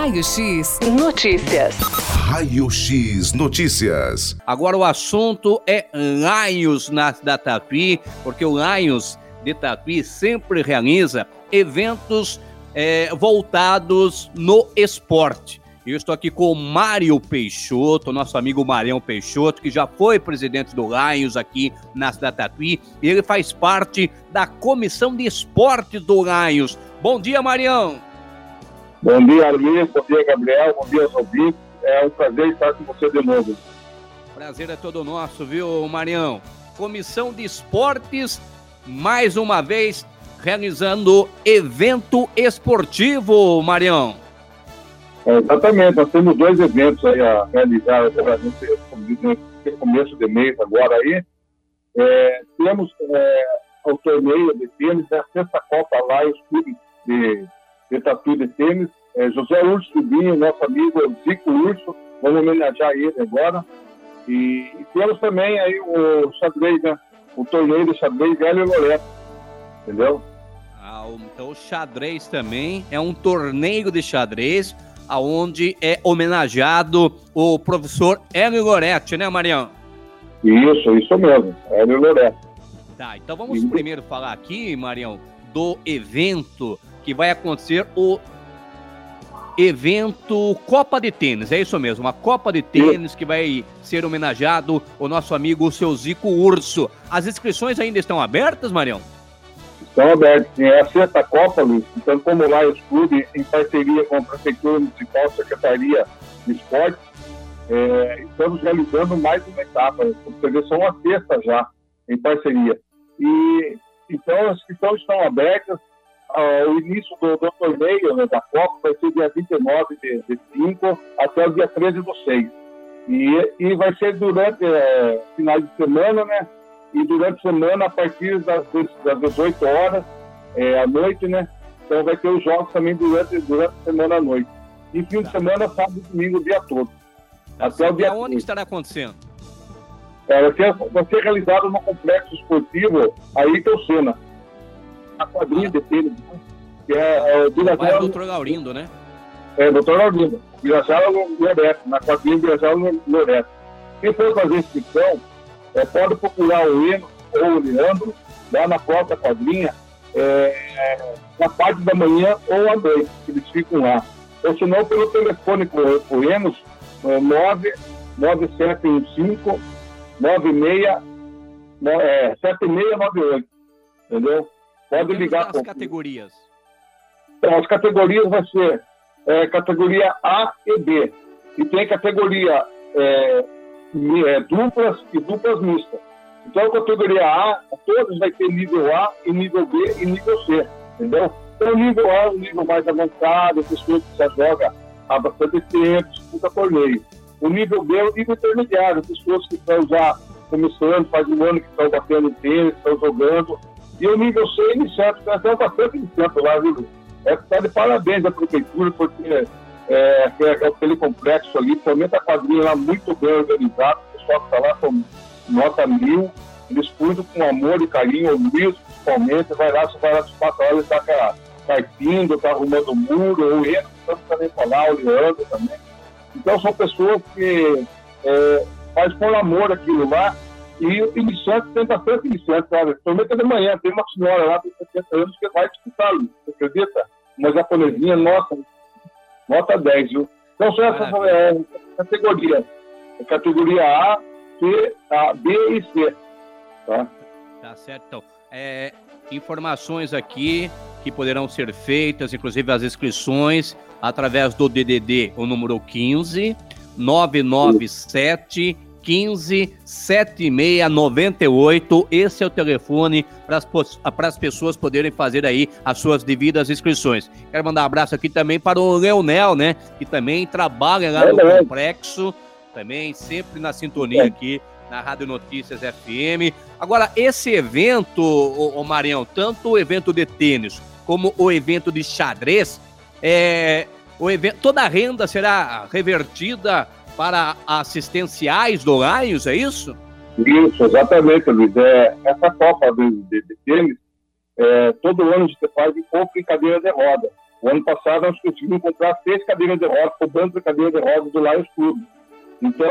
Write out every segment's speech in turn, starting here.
Raio X Notícias. Raio X Notícias. Agora o assunto é Lions da Tatuí, porque o Lions de Tatuí sempre realiza eventos voltados no esporte. Eu estou aqui com o Mário Peixoto, nosso amigo Marião Peixoto, que já foi presidente do Lions aqui na cidade da Tatuí, e ele faz parte da comissão de esportes do Lions. Bom dia, Marião! Bom dia, Luiz, bom dia, Gabriel, bom dia aos ouvintes. É um prazer estar com você de novo. Prazer é todo nosso, viu, Marião? Comissão de esportes, mais uma vez, realizando evento esportivo, Marião. Exatamente, nós temos 2 eventos aí a realizar agora no começo de mês agora aí. Temos o torneio de tênis, a sexta Copa Lions Clube de Tatuí de tênis. José Urso Rubinho, nosso amigo Zico Urso, vamos homenagear ele agora. E temos também aí o xadrez, né? O torneio de xadrez Hélio Loreto, entendeu? Então o xadrez também é um torneio de xadrez, onde é homenageado o professor Hélio Loretti, né, Marião? Isso mesmo, Hélio Loretti. Tá, então vamos primeiro falar aqui, Marião, do evento que vai acontecer, o evento Copa de Tênis, é isso mesmo, uma Copa de Tênis que vai ser homenageado o nosso amigo, o seu Zico Urso. As inscrições ainda estão abertas, Marião? Estão abertas, sim. É a sexta Copa, Luiz. Então, como o Lions Clube, em parceria com a Prefeitura Municipal, Secretaria de Esportes, estamos realizando mais uma etapa. São a sexta já, em parceria. E, então, as inscrições estão abertas. O início do torneio, né, da Copa vai ser dia 29 de 5 até o dia 13 do 6. E vai ser durante finais de semana, né? E durante a semana, a partir das 18 horas à noite, né? Então vai ter os jogos também durante a semana à noite. E fim de semana, sábado e domingo, o dia todo. Até o dia onde estará acontecendo? Vai ser realizado no complexo esportivo Ayrton Senna. A quadrinha de tênis, que é o Dr. Laurindo, né? Dr. Laurindo, Virajala Loreto, na quadrinha Virajala Loreto. Quem for fazer inscrição, pode procurar o Eno ou o Leandro lá na porta quadrinha, na parte da manhã ou à noite, que eles ficam lá. Ou se não, pelo telefone com o Enos, 99715 7698, entendeu? Pode ligar. As categorias? Então, as categorias vai ser categoria A e B. E tem categoria duplas e duplas mistas. Então, a categoria A, todos vai ter nível A, e nível B e nível C, entendeu? Então, o nível A é o nível mais avançado, pessoas que já jogam há bastante tempo, disputa torneio. O nível B é o nível intermediário, pessoas que estão já começando, faz um ano que estão batendo tênis, estão jogando. E o nível C é iniciante, nós temos bastante iniciante lá, viu? Está de parabéns à prefeitura, porque aquele complexo ali, somente a quadrinha lá muito bem organizado, o pessoal que está lá com nota 1000, eles cuidam com amor e carinho, o Luiz principalmente, vai lá, às 4 horas, está carpindo, está arrumando o muro, o Eno, estamos também falar, o Leandro também. Então são pessoas que fazem por amor aquilo lá. E iniciante, tem bastante iniciante, sabe? Somente de manhã, tem uma senhora lá de 70 anos que vai disputar, você acredita? Uma japonesinha, nota 10, viu? Então são essas categorias. Categoria A, B e C. Tá certo, então. Informações aqui que poderão ser feitas, inclusive as inscrições, através do DDD, o número 15 997 15 7698, esse é o telefone para as pessoas poderem fazer aí as suas devidas inscrições. Quero mandar um abraço aqui também para o Leonel, né, que também trabalha lá no complexo, também sempre na sintonia aqui na Rádio Notícias FM. Agora, esse evento, o Marião, tanto o evento de tênis como o evento de xadrez, toda a renda será revertida para assistenciais do Lions, é isso? Isso, exatamente, Luiz. Essa Copa de tênis, todo ano a gente faz em compra em cadeira de roda. O ano passado nós conseguimos comprar 6 cadeiras de rodas, cobrando a cadeira de rodas do Lions Clube. Então,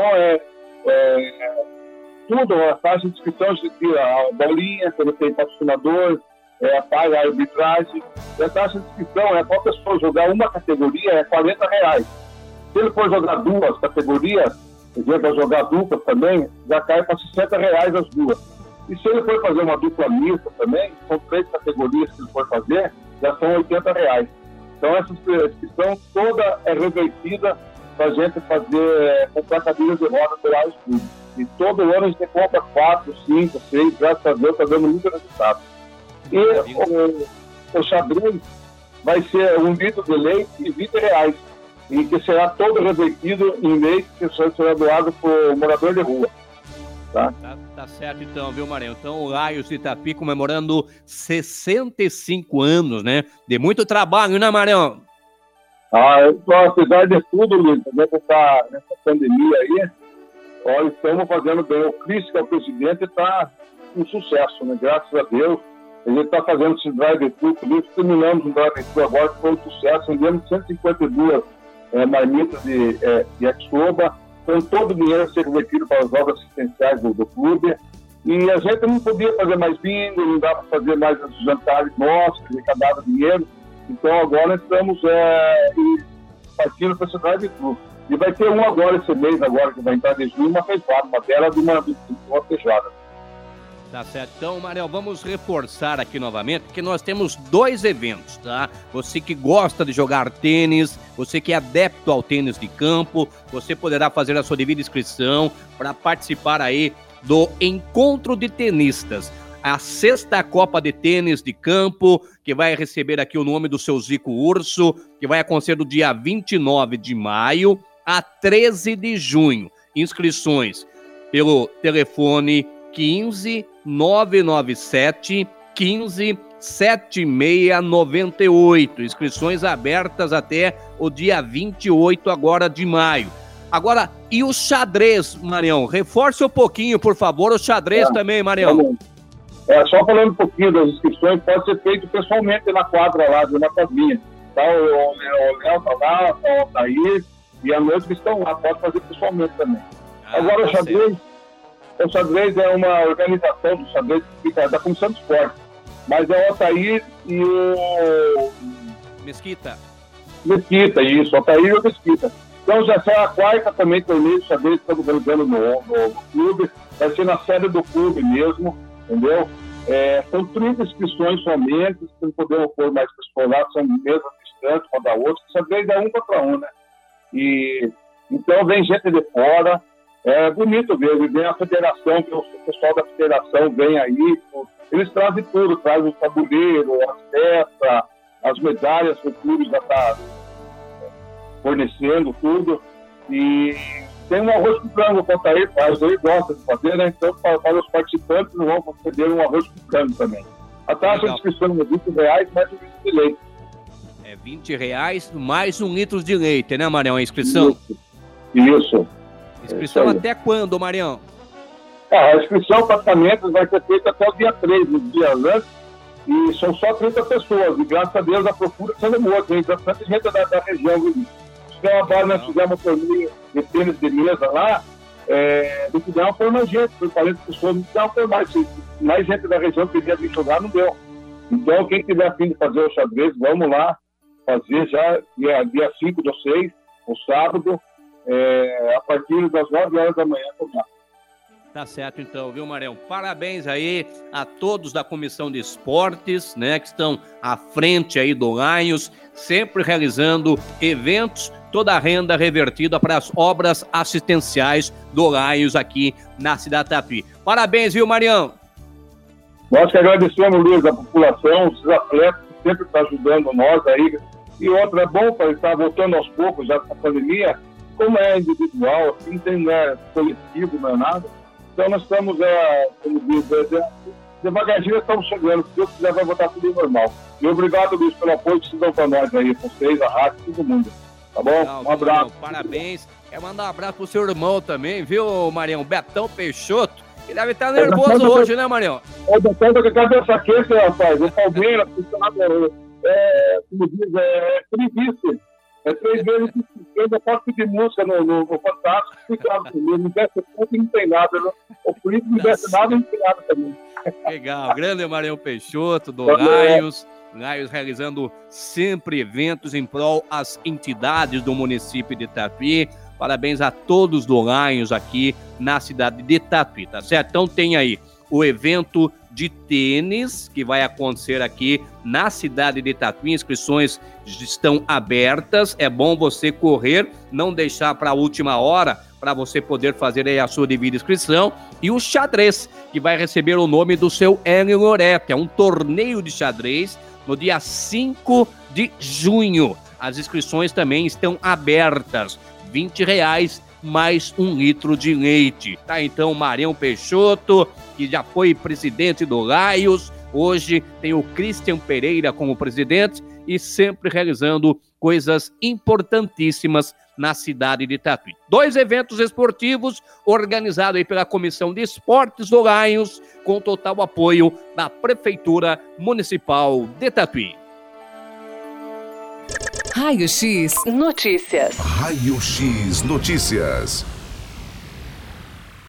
tudo, a taxa de inscrição, a bolinha, quando tem patrocinador, paga a arbitragem. E a taxa de inscrição para a pessoa jogar uma categoria é R$40. Se ele for jogar 2 categorias, ele vai jogar duplas também, já cai para R$60 as 2. E se ele for fazer uma dupla mista também, são 3 categorias que ele for fazer, já são R$80. Então essa inscrição toda é revertida para a gente comprar cadeiras de rodas do Lions Clube. E todo ano a gente compra 4, 5, 6, graças a Deus está dando muito resultado. E o xadrez vai ser 1 litro de leite e R$20, e que será todo revertido em leite que será doado para o morador de rua. Tá certo então, viu, Marião? Então o Lions de Itapi comemorando 65 anos, né? De muito trabalho, né, Marião? Apesar de tudo, Luiz, nessa pandemia aí, estamos fazendo bem. O Cris, que é o presidente, está um sucesso, né? Graças a Deus. A gente está fazendo esse drive-thru, terminamos um drive-thru agora, que foi um sucesso. Vendemos 152 marmitas de yakisoba. Então, todo o dinheiro a ser revertido para as obras assistenciais do clube. E a gente não podia fazer mais bingo, não dá para fazer mais os jantares nossos, arrecadava dinheiro. Então, agora estamos partindo para esse drive-thru. E vai ter um agora, esse mês, agora, que vai entrar de junho, uma feijoada, uma bela de uma feijoada. Tá certo. Então, Mariel, vamos reforçar aqui novamente que nós temos 2 eventos, tá? Você que gosta de jogar tênis, você que é adepto ao tênis de campo, você poderá fazer a sua devida inscrição para participar aí do Encontro de Tenistas. A 6ª Copa de Tênis de Campo, que vai receber aqui o nome do seu Zico Urso, que vai acontecer do dia 29 de maio a 13 de junho. Inscrições pelo telefone 15 997 15 7698. Inscrições abertas até o dia 28 agora de maio. Agora, e o xadrez, Marião? Reforce um pouquinho, por favor, o xadrez também, Marião. Só falando um pouquinho das inscrições, pode ser feito pessoalmente na quadra lá, na quadrinha. Tá? O Léo está lá, o Altair e a noite que estão lá, pode fazer pessoalmente também. Agora, o xadrez é uma organização do xadrez que fica da Comissão de Esporte, mas é o Altair e o... Mesquita, isso, o Altair e o Mesquita. Então já será a 4ª também torneio de xadrez que estamos organizando no clube, vai ser na sede do clube mesmo, entendeu? São 30 inscrições somente, se não podemos pôr mais pessoas lá, são mesas distantes uma da outra, o xadrez é 1 contra 1, né? E então vem gente de fora. É bonito ver, vem a federação, o pessoal da federação vem aí, eles trazem tudo, trazem o tabuleiro, as peças, as medalhas que o clube já está fornecendo, tudo. E tem um arroz com frango que o Altair faz, ele gosta de fazer, né? Então, para os participantes, vão conceder um arroz com frango também. A taxa de inscrição é R$20, mais um litro de leite. É R$20 mais 1 litro de leite, né, Marião? A inscrição? Isso. Inscrição até quando, Marião? A inscrição praticamente vai ser feita até o dia 3, nos dias antes, e são só 30 pessoas, e graças a Deus a procura sendo boa, tem bastante gente da região. Então agora nós fizemos um torneio de tênis de mesa lá, não puderam pôr mais gente, por 40 pessoas não puderam pôr mais gente da região que queria vir jogar, não deu. Então quem tiver a fim de fazer o xadrez, vamos lá fazer já dia 5/6, o sábado, a partir das 9 horas da manhã. Tá certo então, viu, Marião? Parabéns aí a todos da Comissão de Esportes, né, que estão à frente aí do Lions, sempre realizando eventos, toda a renda revertida para as obras assistenciais do Lions aqui na cidade de Itapi. Parabéns, viu, Marião? Nós que agradecemos, Luiz, a população, os atletas que sempre estão ajudando nós aí. E outra, é bom para estar voltando aos poucos já com a pandemia, como é individual, assim, não tem coletivo, não é nada. Então nós estamos, como diz, devagarzinho estamos chegando, se Deus quiser vai voltar tudo normal. E obrigado, Luiz, pelo apoio que vocês dão para nós aí, vocês, a rádio, todo mundo. Tá bom? Legal, um abraço. Marião, parabéns. Quero mandar um abraço pro seu irmão também, viu, Marião? Betão Peixoto. Ele deve estar nervoso hoje, né, Marião? Ô, Betão, que cadê essa queixa, rapaz? O Palmeiras, funcionário. como diz, preguiça. 3 vezes eu ainda posso pedir música no Fantástico, cuidado comigo, não investe tudo e não tem nada. O político não investe nada e não tem nada também. Legal, grande Marião Peixoto, do Raios realizando sempre eventos em prol às entidades do município de Tatuí. Parabéns a todos do Raios aqui na cidade de Tatuí, tá certo? Então tem aí o evento de tênis que vai acontecer aqui na cidade de Tatuí. Inscrições estão abertas, é bom você correr, não deixar para a última hora para você poder fazer aí a sua devida inscrição. E o xadrez, que vai receber o nome do seu Hélio Loreto, é um torneio de xadrez no dia 5 de junho. As inscrições também estão abertas, R$20 mais 1 litro de leite. Tá, então, Marião Peixoto, que já foi presidente do Raios, hoje tem o Christian Pereira como presidente e sempre realizando coisas importantíssimas na cidade de Tatuí. 2 eventos esportivos organizados aí pela Comissão de Esportes do Raios, com total apoio da Prefeitura Municipal de Tatuí. Raio X Notícias. Raio X Notícias.